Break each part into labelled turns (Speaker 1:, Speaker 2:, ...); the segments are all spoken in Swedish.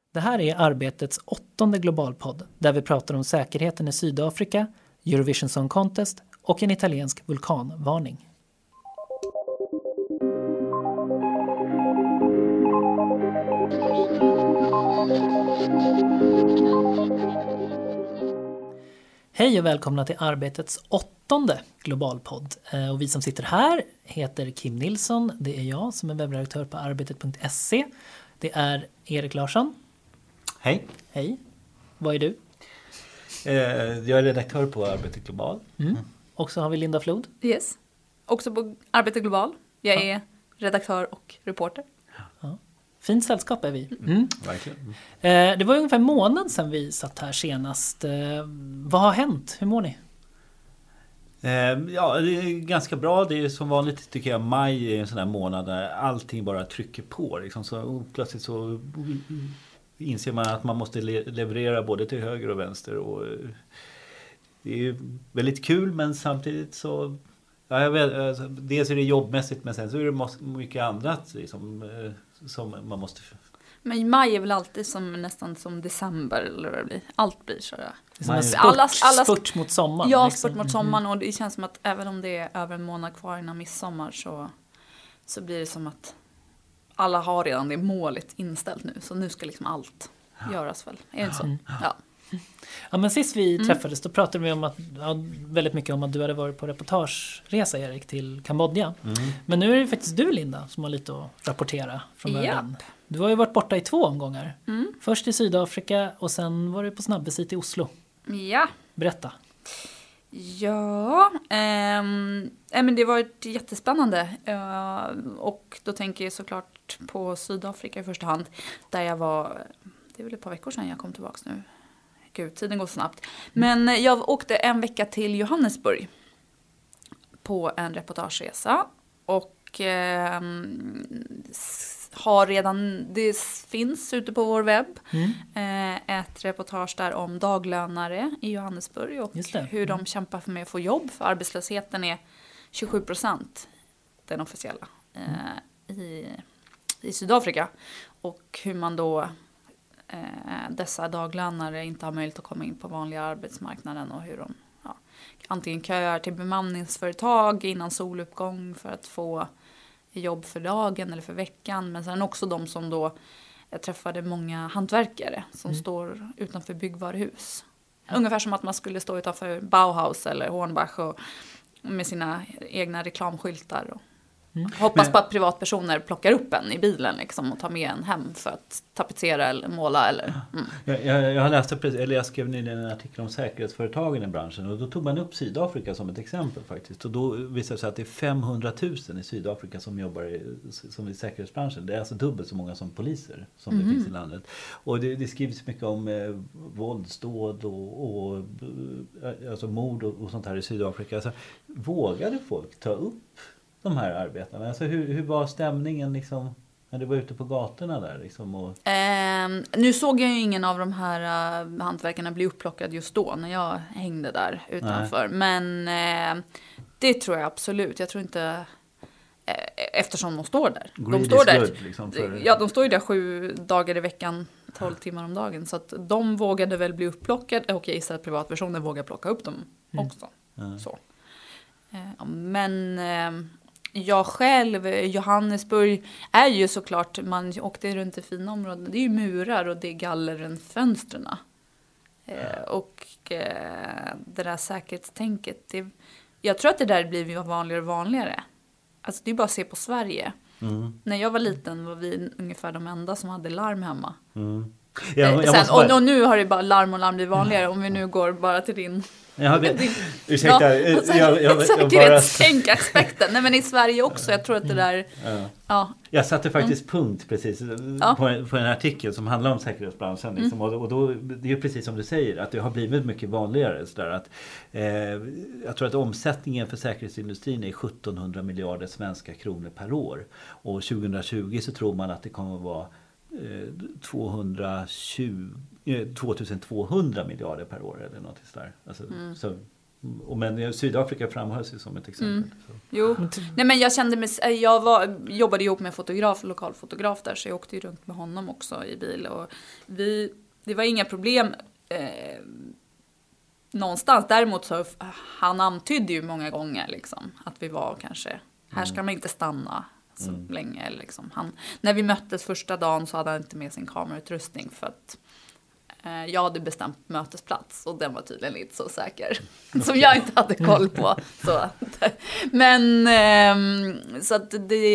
Speaker 1: Det här är Arbetets 8:e globalpodd där vi pratar om säkerheten i Sydafrika, Eurovision Song Contest och en italiensk vulkanvarning. Hej och välkomna till Arbetets 8:e globalpodd. Och vi som sitter här heter Kim Nilsson, det är jag som är webbredaktör på arbetet.se. Det är Erik Larsson.
Speaker 2: Hej.
Speaker 1: Hej. Vad är du?
Speaker 2: Jag är redaktör på Arbetet Global.
Speaker 1: Och så har vi Linda Flod.
Speaker 3: Yes. Också på Arbetet Global. Jag är redaktör och reporter.
Speaker 1: Ja. Fint sällskap är vi.
Speaker 2: Verkligen.
Speaker 1: Det var ungefär en månad sedan vi satt här senast. Vad har hänt? Hur mår ni?
Speaker 2: Ja, det är ganska bra. Det är som vanligt tycker jag. Maj är en sån där månad där allting bara trycker på. Liksom. Så plötsligt så inser man att man måste leverera både till höger och vänster. Och det är väldigt kul, men samtidigt så... Ja, jag vet, alltså, dels är det jobbmässigt, men sen så är det mycket annat liksom, som man måste...
Speaker 3: Men maj är väl alltid nästan som december eller vad det blir. Allt blir så.
Speaker 1: Det är som en spurt mot sommaren.
Speaker 3: Ja, spurt mot sommaren. Och det känns som att även om det är över en månad kvar innan midsommar så blir det som att alla har redan det målet inställt nu. Så nu ska liksom allt göras väl. Är det inte så? Ja.
Speaker 1: Ja, men sist vi träffades då pratade vi om väldigt mycket om att du hade varit på reportageresa, Erik, till Kambodja. Men nu är det faktiskt du, Linda, som har lite att rapportera från världen. Du har ju varit borta i 2 omgångar. Först i Sydafrika och sen var du på snabbvisit i Oslo.
Speaker 3: Ja.
Speaker 1: Berätta.
Speaker 3: Ja, men det var jättespännande. Och då tänker jag såklart på Sydafrika i första hand. Där jag var, det är väl ett par veckor sedan jag kom tillbaka nu. Gud, tiden går snabbt. Men jag åkte en vecka till Johannesburg på en reportageresa. Och har redan, det finns ute på vår webb ett reportage där om daglönare i Johannesburg. Och hur de kämpar med att få jobb. För arbetslösheten är 27%, den officiella, i Sydafrika. Och hur man då... dessa daglönare inte har möjlighet att komma in på vanliga arbetsmarknaden och hur de antingen köar till bemanningsföretag innan soluppgång för att få jobb för dagen eller för veckan, men sen också de som då, jag träffade många hantverkare som står utanför byggvaruhus. Ungefär som att man skulle stå utanför Bauhaus eller Hornbach och med sina egna reklamskyltar och hoppas på att privatpersoner plockar upp en i bilen liksom, och tar med en hem för att tapetsera eller måla. Eller,
Speaker 2: Jag har läst, eller jag skrev ner en artikel om säkerhetsföretagen i branschen och då tog man upp Sydafrika som ett exempel faktiskt. Och då visade det sig att det är 500 000 i Sydafrika som jobbar som i säkerhetsbranschen. Det är alltså dubbelt så många som poliser som det finns i landet. Och det skrivs mycket om våldsdåd och alltså mord och sånt här i Sydafrika. Alltså, vågade folk ta upp de här arbetarna? Alltså hur var stämningen liksom när du var ute på gatorna där liksom? Och...
Speaker 3: Nu såg jag ju ingen av de här hantverkarna bli upplockad just då när jag hängde där utanför. Nej. Men det tror jag absolut. Jag tror inte eftersom de står där. De står där. Liksom ja, de står ju där 7 dagar i veckan, 12 timmar om dagen. Så att de vågade väl bli upplockade. Och jag gissar att privatpersoner vågar plocka upp dem också. Så. Men... Jag själv, Johannesburg är ju såklart, man åkte runt i fina områden, det är ju murar och det är gallerfönstren. Och det där säkerhetstänket, jag tror att det där blir vanligare och vanligare. Alltså det är bara att se på Sverige. När jag var liten var vi ungefär de enda som hade larm hemma. Och nu har det bara larm blivit vanligare om vi nu går bara till din...
Speaker 2: Ursäkta,
Speaker 3: säkerhetstänkaspekten. Nej, men i Sverige också, jag tror att det där...
Speaker 2: Jag satte faktiskt punkt precis på en artikel som handlar om säkerhetsbranschen. Liksom, och då, det är ju precis som du säger, att det har blivit mycket vanligare. Så där, att, jag tror att omsättningen för säkerhetsindustrin är 1700 miljarder svenska kronor per år. Och 2020 så tror man att det kommer att vara 2200 miljarder per år eller något sådär. Alltså, så Men Sydafrika framhölls ju som ett exempel.
Speaker 3: Jo, nej men jag kände mig, jobbade ihop med lokalfotograf där, så jag åkte ju runt med honom också i bil, och det var inga problem någonstans. Däremot så han antydde ju många gånger liksom, att vi var kanske, här ska man inte stanna så länge liksom. När vi möttes första dagen så hade han inte med sin kamerautrustning, för att jag hade bestämt mötesplats och den var tydligen inte så säker. Som jag inte hade koll på. Så. Men så att det...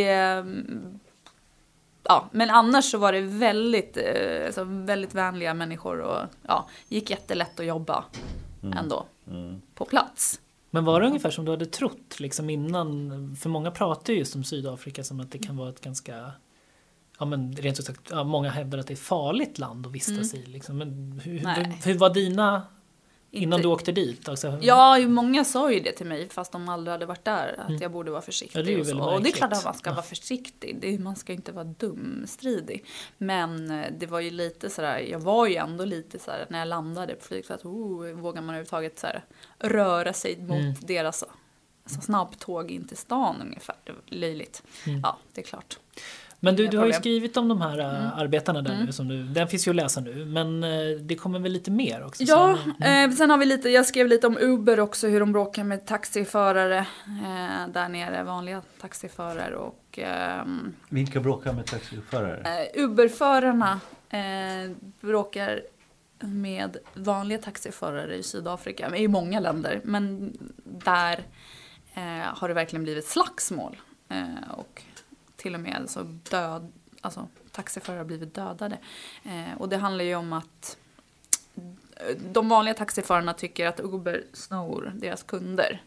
Speaker 3: Ja, men annars så var det väldigt vänliga människor, och gick jättelätt att jobba ändå på plats.
Speaker 1: Men var det ungefär som du hade trott liksom innan? För många pratar ju om Sydafrika som att det kan vara ett ganska... Ja, men rent ut sagt, många hävdar att det är ett farligt land att vistas i. Liksom. Men hur var dina innan du åkte dit? Alltså,
Speaker 3: ja, många sa ju det till mig, fast de aldrig hade varit där, att jag borde vara försiktig.
Speaker 1: Ja, det är
Speaker 3: och det är klart att man ska vara försiktig. Man ska inte vara dumstridig. Men det var ju lite sådär, jag var ju ändå lite sådär, när jag landade på flygplatsen, vågar man överhuvudtaget sådär, röra sig mot deras snabbtåg in till stan ungefär. Det var löjligt. Ja, det är klart.
Speaker 1: Men du har ju skrivit om de här arbetarna där nu, som den finns ju att läsa nu, men det kommer väl lite mer också?
Speaker 3: Ja, sen har vi jag skrev lite om Uber också, hur de bråkar med taxiförare där nere, vanliga taxiförare. Och,
Speaker 2: vilka bråkar med taxiförare?
Speaker 3: Uberförarna bråkar med vanliga taxiförare i Sydafrika, i många länder, men där har det verkligen blivit slagsmål, och till och med så taxiförare har blivit dödade. Och det handlar ju om att de vanliga taxiförarna tycker att Uber snor deras kunder.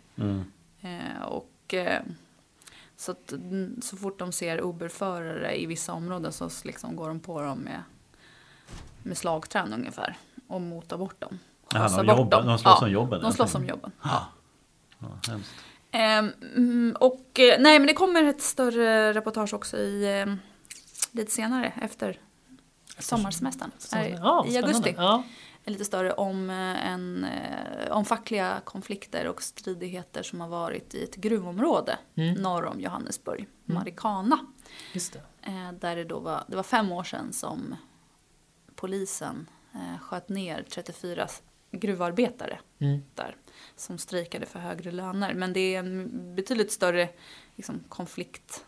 Speaker 3: Så fort de ser Uber-förare i vissa områden så liksom går de på dem med slagträn ungefär och motar bort dem.
Speaker 2: De slåss om jobben?
Speaker 3: De slåss om jobben.
Speaker 2: Ja, hemskt.
Speaker 3: Nej, men det kommer ett större reportage också lite senare efter sommarsemestern i augusti. Lite större om fackliga konflikter och stridigheter som har varit i ett gruvområde norr om Johannesburg, Marikana.
Speaker 1: Just det.
Speaker 3: Där det var 5 år sedan som polisen sköt ner 34 gruvarbetare där, som strejkade för högre löner. Men det är en betydligt större liksom, konflikt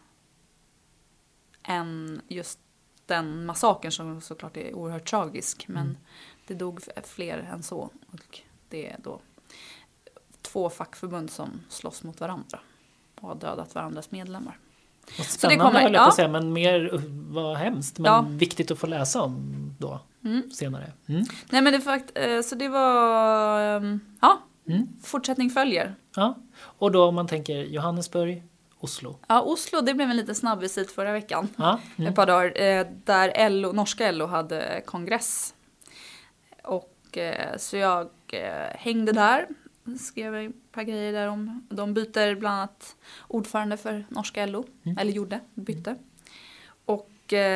Speaker 3: än just den massakern, som såklart är oerhört tragisk. Men det dog fler än så. Och det är då 2 fackförbund som slåss mot varandra och har dödat varandras medlemmar.
Speaker 1: Och spännande höll jag på att säga, men mer var hemskt. Men viktigt att få läsa om då senare.
Speaker 3: Nej, men så det var... fortsättning följer.
Speaker 1: Ja, och då om man tänker Johannesburg, Oslo.
Speaker 3: Ja, Oslo, det blev en liten snabbvisit förra veckan. Ett par dagar, där norska LO hade kongress. Och så jag hängde där, skrev ett par grejer där om. De byter bland annat ordförande för norska LO, eller bytte. Och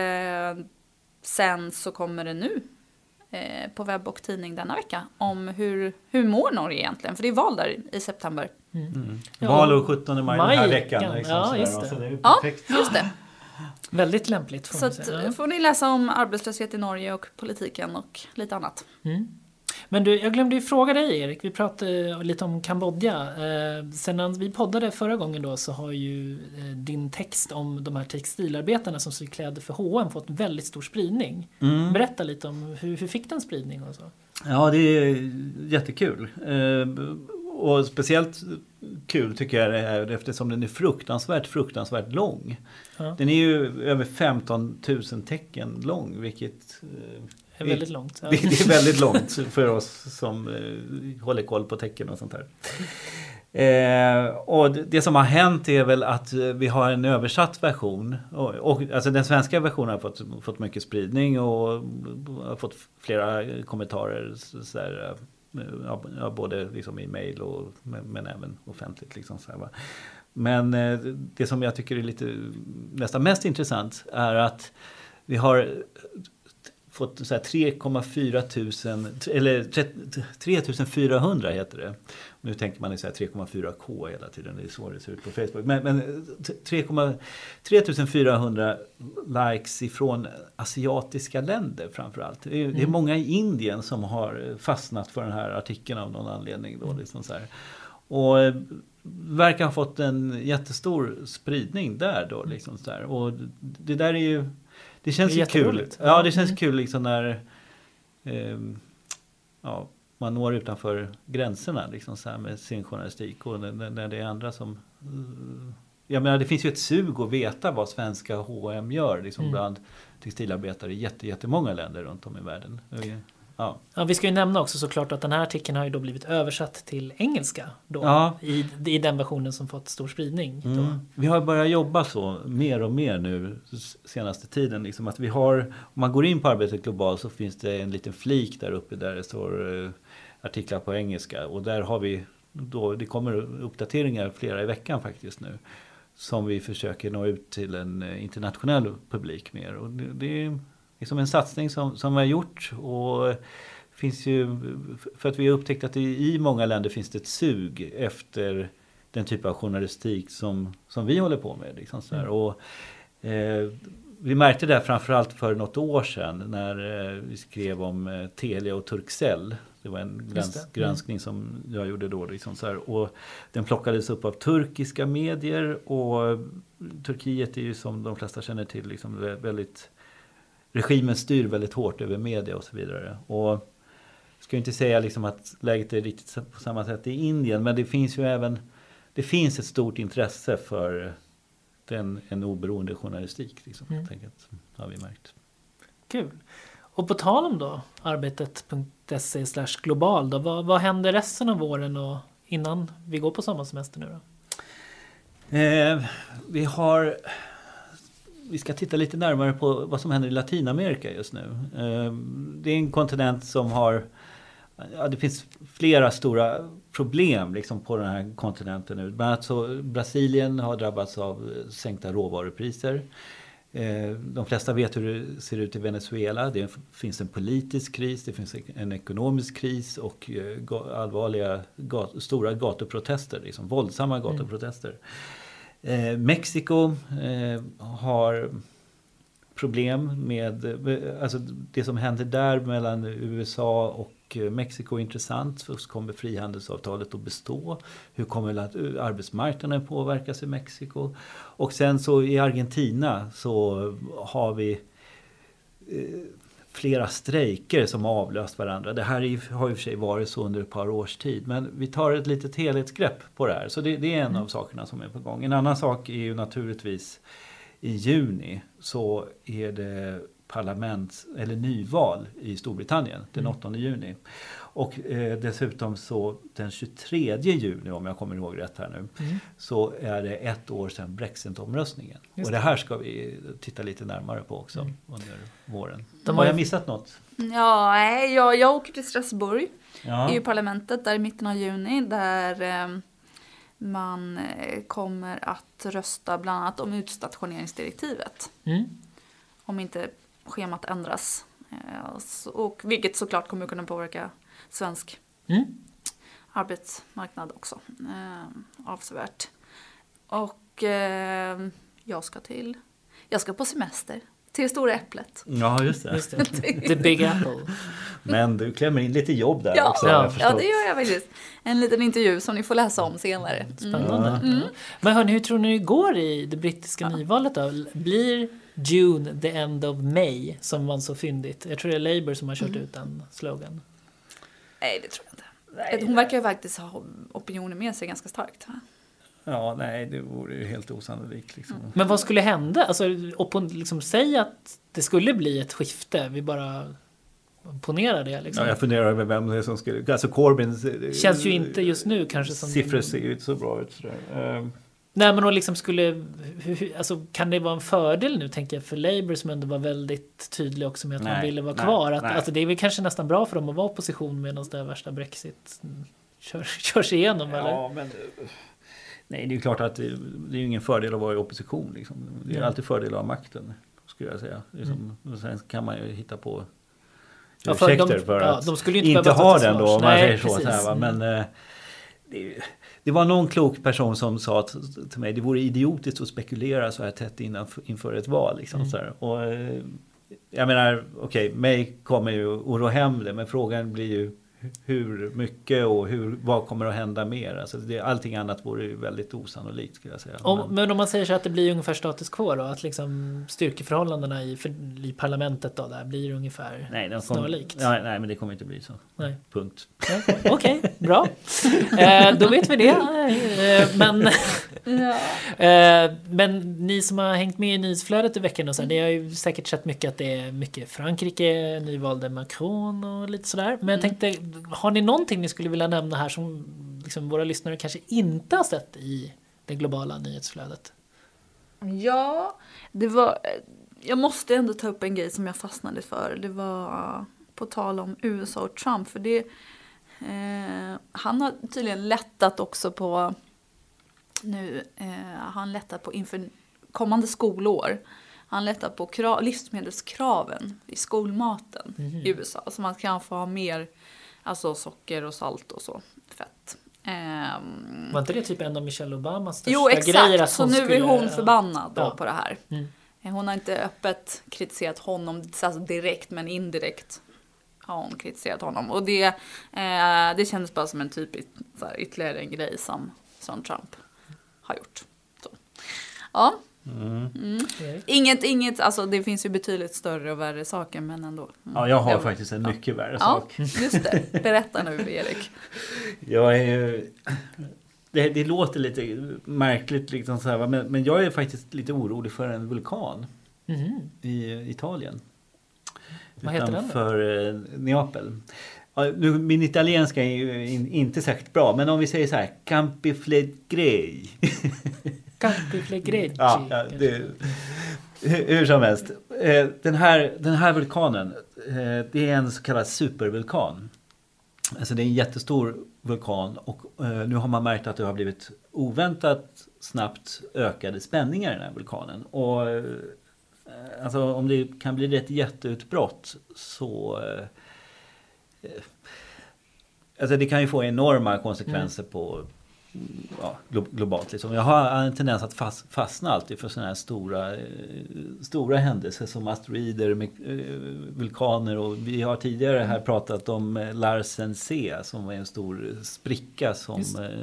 Speaker 3: sen så kommer det nu på webb och tidning denna vecka om hur mår Norge egentligen, för det är val där i september.
Speaker 2: Val och 17 maj den här veckan.
Speaker 1: Liksom, ja, just det.
Speaker 2: Så det är perfekt.
Speaker 3: Just det.
Speaker 1: Väldigt lämpligt.
Speaker 3: Så får ni läsa om arbetslöshet i Norge och politiken och lite annat.
Speaker 1: Men du, jag glömde ju fråga dig, Erik. Vi pratade lite om Kambodja. Sen när vi poddade förra gången då, så har ju din text om de här textilarbetarna som syr kläder för H&M fått väldigt stor spridning. Berätta lite om hur fick den spridning och så.
Speaker 2: Ja, det är jättekul. Och speciellt kul tycker jag det är eftersom den är fruktansvärt lång. Ja. Den är ju över 15 000 tecken lång, vilket
Speaker 1: är väldigt långt. Ja.
Speaker 2: Det är väldigt långt för oss som håller koll på tecken och sånt här. Och det som har hänt är väl att vi har en översatt version. Och alltså den svenska versionen har fått mycket spridning och har fått flera kommentarer så där, både liksom i mejl och men även offentligt liksom så här, va? Men det som jag tycker är lite nästan mest intressant är att vi har fått så här 3,4 tusen, eller 3400 heter det. Nu tänker man i så här 3,4K hela tiden, det är så det ser ut på Facebook. Men 3400 likes ifrån asiatiska länder framförallt. Det är många i Indien som har fastnat för den här artikeln av någon anledning då, liksom så här. Och verkar ha fått en jättestor spridning där då, liksom så där. Och det där är ju, det känns ju kul. Ja, det känns kul liksom när man når utanför gränserna liksom så här med sin journalistik, och när det är andra som jag menar, det finns ju ett sug att veta vad svenska H&M gör liksom bland textilarbetare i jättemånga länder runt om i världen. Ja,
Speaker 1: vi ska ju nämna också såklart att den här artikeln har ju då blivit översatt till engelska då, i den versionen som fått stor spridning. Då.
Speaker 2: Vi har börjat jobba så mer och mer nu senaste tiden. Liksom att vi har, om man går in på Arbetet Globalt så finns det en liten flik där uppe där det står artiklar på engelska. Och där har vi, då, det kommer uppdateringar flera i veckan faktiskt nu. Som vi försöker nå ut till en internationell publik mer. Och det är liksom en satsning som vi har gjort, och finns ju, för att vi har upptäckt att i många länder finns det ett sug efter den typ av journalistik som vi håller på med. Liksom så här. Och, vi märkte det framförallt för något år sedan när vi skrev om Telia och Turkcell. Det var en granskning som jag gjorde då. Liksom så här. Och den plockades upp av turkiska medier, och Turkiet är ju som de flesta känner till liksom väldigt, regimen styr väldigt hårt över media och så vidare. Och jag ska inte säga liksom att läget är riktigt på samma sätt i Indien, men det finns ju även, det finns ett stort intresse för en oberoende journalistik liksom, helt enkelt, har vi märkt.
Speaker 1: Kul. Och på tal om då arbetet.se/global då, vad händer resten av våren och innan vi går på sommarsemester nu då?
Speaker 2: Vi ska titta lite närmare på vad som händer i Latinamerika just nu. Det är en kontinent som har, det finns flera stora problem liksom på den här kontinenten nu. Bland annat så Brasilien har drabbats av sänkta råvarupriser. De flesta vet hur det ser ut i Venezuela. Det finns en politisk kris, det finns en ekonomisk kris och allvarliga stora gatuprotester, liksom våldsamma gatuprotester. Mexiko har problem med, alltså det som händer där mellan USA och Mexiko är intressant. Först kommer frihandelsavtalet att bestå. Hur kommer arbetsmarknaden påverkas i Mexiko? Och sen så i Argentina så har vi flera strejker som har avlöst varandra. Det här har i och för sig varit så under ett par års tid. Men vi tar ett litet helhetsgrepp på det här. Så det är en av sakerna som är på gång. En annan sak är ju naturligtvis i juni så är det nyval i Storbritannien den 8 juni. Och dessutom så den 23 juni, om jag kommer ihåg rätt här nu, så är det ett år sedan Brexit-omröstningen. Och det här ska vi titta lite närmare på också under våren. Har jag missat något?
Speaker 3: Ja, jag åker till Strasbourg, EU-parlamentet där i mitten av juni, där man kommer att rösta bland annat om utstationeringsdirektivet. Om inte schemat ändras. Och vilket såklart kommer kunna påverka svensk arbetsmarknad också. Avsevärt. Och jag ska på semester till Stora Äpplet.
Speaker 2: Ja, just det.
Speaker 1: The Big Apple.
Speaker 2: Men du klämmer in lite jobb där också.
Speaker 3: Ja, det gör jag faktiskt. En liten intervju som ni får läsa om senare.
Speaker 1: Spännande. Men hörni, hur tror ni det går i det brittiska nyvalet då? Blir June the end of May som var så fyndigt? Jag tror det är Labour som har kört ut den slogan.
Speaker 3: Nej, det tror jag inte. Hon verkar ju faktiskt ha opinionen med sig ganska starkt.
Speaker 2: Ja, nej, det vore ju helt osannolikt. Liksom.
Speaker 1: Men vad skulle hända? Alltså, liksom säga att det skulle bli ett skifte. Vi bara ponerar det. Liksom.
Speaker 2: Ja, jag funderar över vem det är som skulle... Alltså Corbyn...
Speaker 1: Känns ju inte just nu kanske som...
Speaker 2: Siffror ser ju inte så bra ut.
Speaker 1: Nej, men då liksom skulle... Alltså, kan det vara en fördel nu, tänker jag, för Labour som ändå var väldigt tydlig också med att man ville vara kvar? Alltså, det är väl kanske nästan bra för dem att vara opposition medan det värsta Brexit körs igenom, eller?
Speaker 2: Ja, men... Nej, det är ju klart att det är ingen fördel att vara i opposition. Liksom. Det är alltid fördel att ha makten, skulle jag säga. Liksom, och sen kan man ju hitta på ursäkter för att
Speaker 1: de skulle
Speaker 2: inte ha den då, om man säger så.
Speaker 1: Precis.
Speaker 2: Så här, va? Men det var någon klok person som sa till mig, det vore idiotiskt att spekulera så här tätt inför ett val. Liksom, så här. Och jag menar, mig kommer ju att rå hem det, men frågan blir ju hur mycket och vad kommer att hända mer. Alltså allting annat vore ju väldigt osannolikt, skulle jag säga.
Speaker 1: Men om man säger så att det blir ungefär status quo då, att liksom styrkeförhållandena i parlamentet då, där blir ungefär snarlikt.
Speaker 2: Nej, men det kommer inte bli så.
Speaker 1: Nej.
Speaker 2: Punkt.
Speaker 1: Okej, bra. Då vet vi det. Men ni som har hängt med i nyhetsflödet i veckan och så här, ni har ju säkert sett mycket att det är mycket Frankrike, nyvalde Macron och lite sådär. Men jag tänkte, har ni någonting ni skulle vilja nämna här som liksom våra lyssnare kanske inte har sett i det globala nyhetsflödet?
Speaker 3: Ja, jag måste ändå ta upp en grej som jag fastnade för. Det var på tal om USA och Trump. För han har tydligen lättat också på han lättat på inför kommande skolår. Han lättar på livsmedelskraven i skolmaten i USA. Så man kan få ha mer socker och salt och så, fett.
Speaker 1: Var inte det typ en av Michelle Obamas största
Speaker 3: grejer?
Speaker 1: Jo, exakt.
Speaker 3: Så nu är hon förbannad på det här.
Speaker 1: Mm.
Speaker 3: Hon har inte öppet kritiserat honom direkt, men indirekt har hon kritiserat honom. Och det kändes bara som en typisk ytterligare en grej som Trump har gjort. Så. Ja. Inget, alltså det finns ju betydligt större och värre saker, men ändå.
Speaker 2: Ja, jag har faktiskt en mycket värre sak.
Speaker 3: Just det. Berätta nu, Erik.
Speaker 2: Jag är det låter lite märkligt liksom så här, men jag är faktiskt lite orolig för en vulkan i Italien.
Speaker 1: Vad heter den?
Speaker 2: För Neapel. Ja, min italienska är ju inte särskilt bra, men om vi säger så här, Campi Flegrei.
Speaker 1: Campi Flegrei.
Speaker 2: Ja, hur som helst. Den här vulkanen, det är en så kallad supervulkan. Alltså det är en jättestor vulkan och nu har man märkt att det har blivit oväntat snabbt ökade spänningar i den här vulkanen. Och alltså om det kan bli ett jätteutbrott så alltså det kan ju få enorma konsekvenser på globalt liksom. Jag har en tendens att fastna alltid för sådana här stora händelser som asteroider, vulkaner, och vi har tidigare här pratat om Larsen C som var en stor spricka som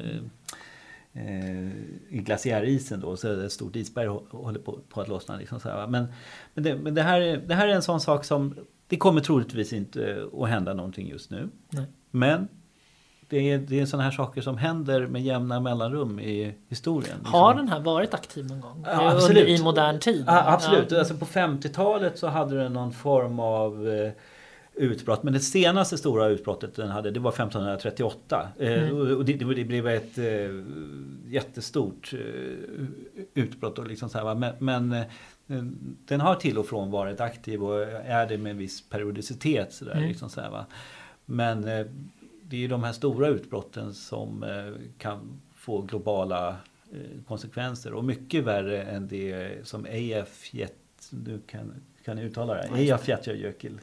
Speaker 2: i glaciärisen då, så ett stort isberg håller på att lossna liksom så här. Men det här är en sån sak som det kommer troligtvis inte att hända någonting just nu. Nej. Men det är sådana här saker som händer med jämna mellanrum i historien. Liksom.
Speaker 1: Har den här varit aktiv någon gång?
Speaker 2: Ja, absolut.
Speaker 1: I modern tid?
Speaker 2: Ja, absolut. Ja. Alltså på 50-talet så hade den någon form av utbrott. Men det senaste stora utbrottet den hade, det var 1538. Och det blev ett jättestort utbrott. Och liksom så här, men den har till och från varit aktiv och är det med en viss periodicitet. Så där, liksom så här, va? Men det är ju de här stora utbrotten som kan få globala konsekvenser. Och mycket värre än det som du kan uttala det. Eyjafjallajökull.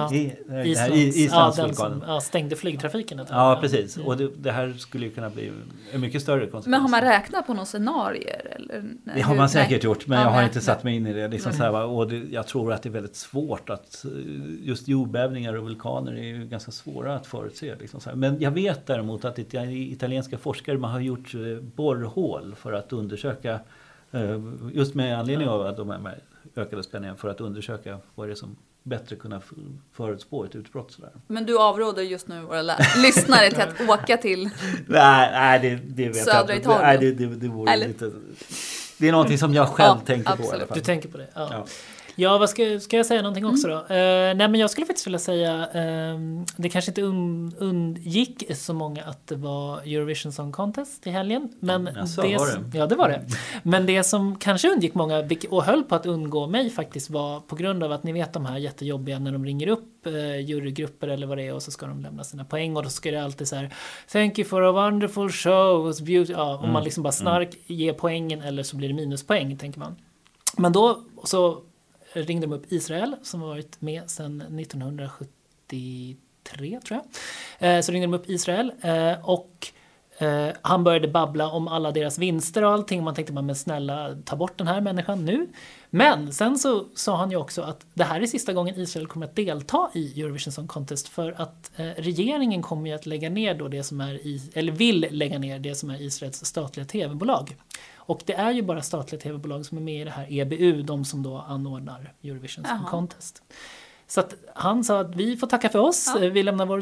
Speaker 2: Islandsvulkanen.
Speaker 1: Ja, stängde flygtrafiken.
Speaker 2: Ja, precis. Och det här skulle ju kunna bli en mycket större konsekvens.
Speaker 3: Men har man räknat på några scenarier? Eller?
Speaker 2: Det har man säkert gjort, men jag har inte satt mig in i det. Liksom så här, och jag tror att det är väldigt svårt att just jordbävningar och vulkaner är ju ganska svåra att förutse. Liksom så här. Men jag vet däremot att italienska forskare man har gjort borrhål för att undersöka, just med anledning av att de här ökade spänningen, för att undersöka vad det är som bättre kunna förutspå ett utbrott sådär.
Speaker 3: Men du avråder just nu våra lyssnare till att åka till
Speaker 2: nej, det vet
Speaker 3: södra
Speaker 2: jag.
Speaker 3: Italien.
Speaker 2: Nej, det vore lite. Det är någonting som jag själv tänker på i alla fall.
Speaker 1: Du tänker på det? Ja, vad ska jag säga någonting också då? Nej, men jag skulle faktiskt vilja säga det kanske inte undgick så många att det var Eurovision Song Contest i helgen. Men det var det. Men det som kanske undgick många och höll på att undgå mig faktiskt var på grund av att ni vet de här jättejobbiga när de ringer upp jurygrupper eller vad det är och så ska de lämna sina poäng och då ska det alltid så här thank you for a wonderful show, was beautiful. Ja, om man liksom bara ger poängen eller så blir det minuspoäng tänker man. Men då så ringde de upp Israel som har varit med sedan 1970 93 tror jag. Så ringde de upp Israel och han började babbla om alla deras vinster och allting. Man tänkte, men snälla, ta bort den här människan nu. Men sen så sa han ju också att det här är sista gången Israel kommer att delta i Eurovision Song Contest, för att regeringen kommer ju att lägga ner då det som är eller vill lägga ner det som är Israels statliga tv-bolag. Och det är ju bara statliga tv-bolag som är med i det här EBU, de som då anordnar Eurovision Song Contest. Så att han sa att vi får tacka för oss, vi lämnar vår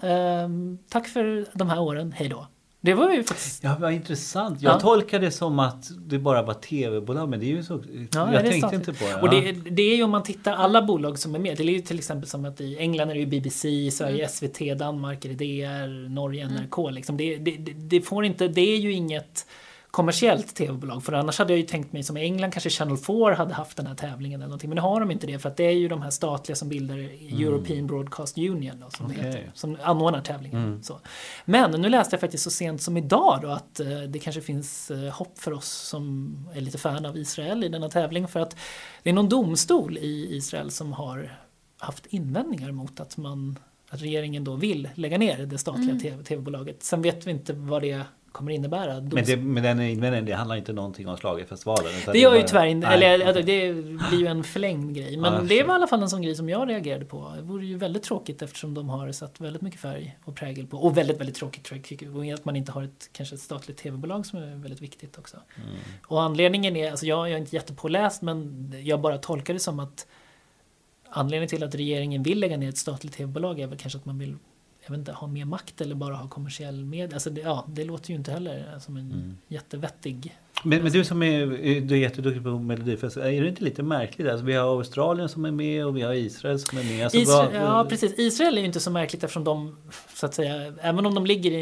Speaker 1: 12. Tack för de här åren, hej då. Det var ju faktiskt...
Speaker 2: Ja, vad intressant. Jag tolkade det som att det bara var tv-bolag, men det är ju så... jag tänkte inte på det.
Speaker 1: Och det är ju, om man tittar alla bolag som är med, det är ju till exempel som att i England är det ju BBC, i Sverige SVT, Danmark är det DR, Norge NRK. Liksom. Det får inte, det är ju inget kommersiellt tv-bolag, för annars hade jag ju tänkt mig som i England kanske Channel 4 hade haft den här tävlingen eller någonting, men nu har de inte det, för att det är ju de här statliga som bildar European Broadcast Union då, som heter, som anordnar tävlingen. Så. Men nu läste jag faktiskt så sent som idag då att det kanske finns hopp för oss som är lite fan av Israel i denna tävling, för att det är någon domstol i Israel som har haft invändningar mot att regeringen då vill lägga ner det statliga tv-bolaget. Sen vet vi inte vad det kommer innebära.
Speaker 2: Men den invändningen, det handlar inte någonting om schlagerfestivalen.
Speaker 1: Det gör ju tyvärr inte, eller det blir ju en förlängd grej. Men det var i alla fall en sån grej som jag reagerade på. Det vore ju väldigt tråkigt eftersom de har satt väldigt mycket färg och prägel på. Och väldigt, väldigt tråkigt tror jag, att man inte har kanske ett statligt tv-bolag som är väldigt viktigt också. Och anledningen är, alltså jag är inte jättepåläst, men jag bara tolkar det som att anledningen till att regeringen vill lägga ner ett statligt tv-bolag är väl kanske att man vill, jag vet inte, ha mer makt eller bara ha kommersiell media. Alltså det låter ju inte heller som en jättevettig...
Speaker 2: Men du som är jätteduktig på Melodifest, är det inte lite märkligt? Alltså, vi har Australien som är med och vi har Israel som är med. Alltså,
Speaker 1: ja, precis. Israel är ju inte så märkligt eftersom de, så att säga, även om de ligger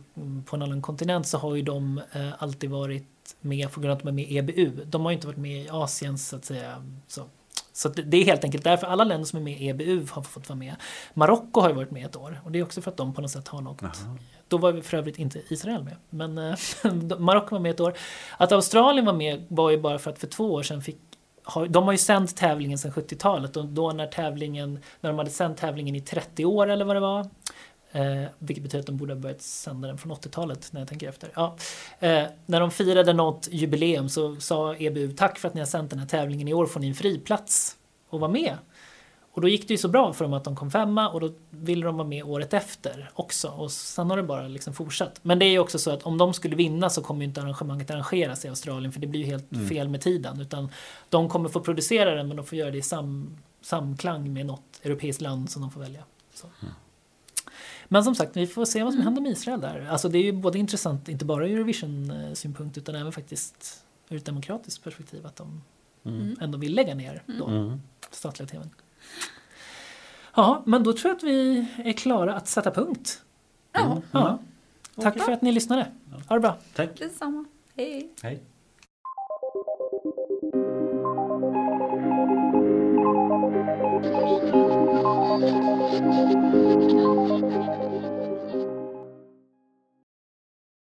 Speaker 1: på en annan kontinent, så har ju de alltid varit med på grund av att de är med i EBU. De har ju inte varit med i Asien, så att säga, så det är helt enkelt därför alla länder som är med i EBU har fått vara med. Marocko har ju varit med ett år. Och det är också för att de på något sätt har något. Då var för övrigt inte Israel med. Men Marocko var med ett år. Att Australien var med var ju bara för att för 2 år sedan de har ju sänt tävlingen sedan 70-talet. Och då när de hade sänt tävlingen i 30 år eller vad det var. Vilket betyder att de borde ha börjat sända den från 80-talet när jag tänker efter. När de firade något jubileum så sa EBU, tack för att ni har sänt den här tävlingen, i år får ni en friplats och vara med. Och då gick det ju så bra för dem att de kom 5 och då ville de vara med året efter också. Och sen har det bara liksom fortsatt. Men det är ju också så att om de skulle vinna så kommer ju inte arrangemanget arrangeras i Australien, för det blir ju helt fel med tiden. Utan de kommer få producera den, men de får göra det i samklang med något europeiskt land som de får välja. Så. Men som sagt, vi får se vad som händer med Israel där. Alltså det är ju både intressant, inte bara ur Eurovision-synpunkt, utan även faktiskt ur ett demokratiskt perspektiv, att de ändå vill lägga ner då statliga tvn. Ja, men då tror jag att vi är klara att sätta punkt. Ja. Tack för att ni lyssnade. Ha det bra.
Speaker 2: Tack.
Speaker 3: Detsamma. Hej.
Speaker 2: Hej.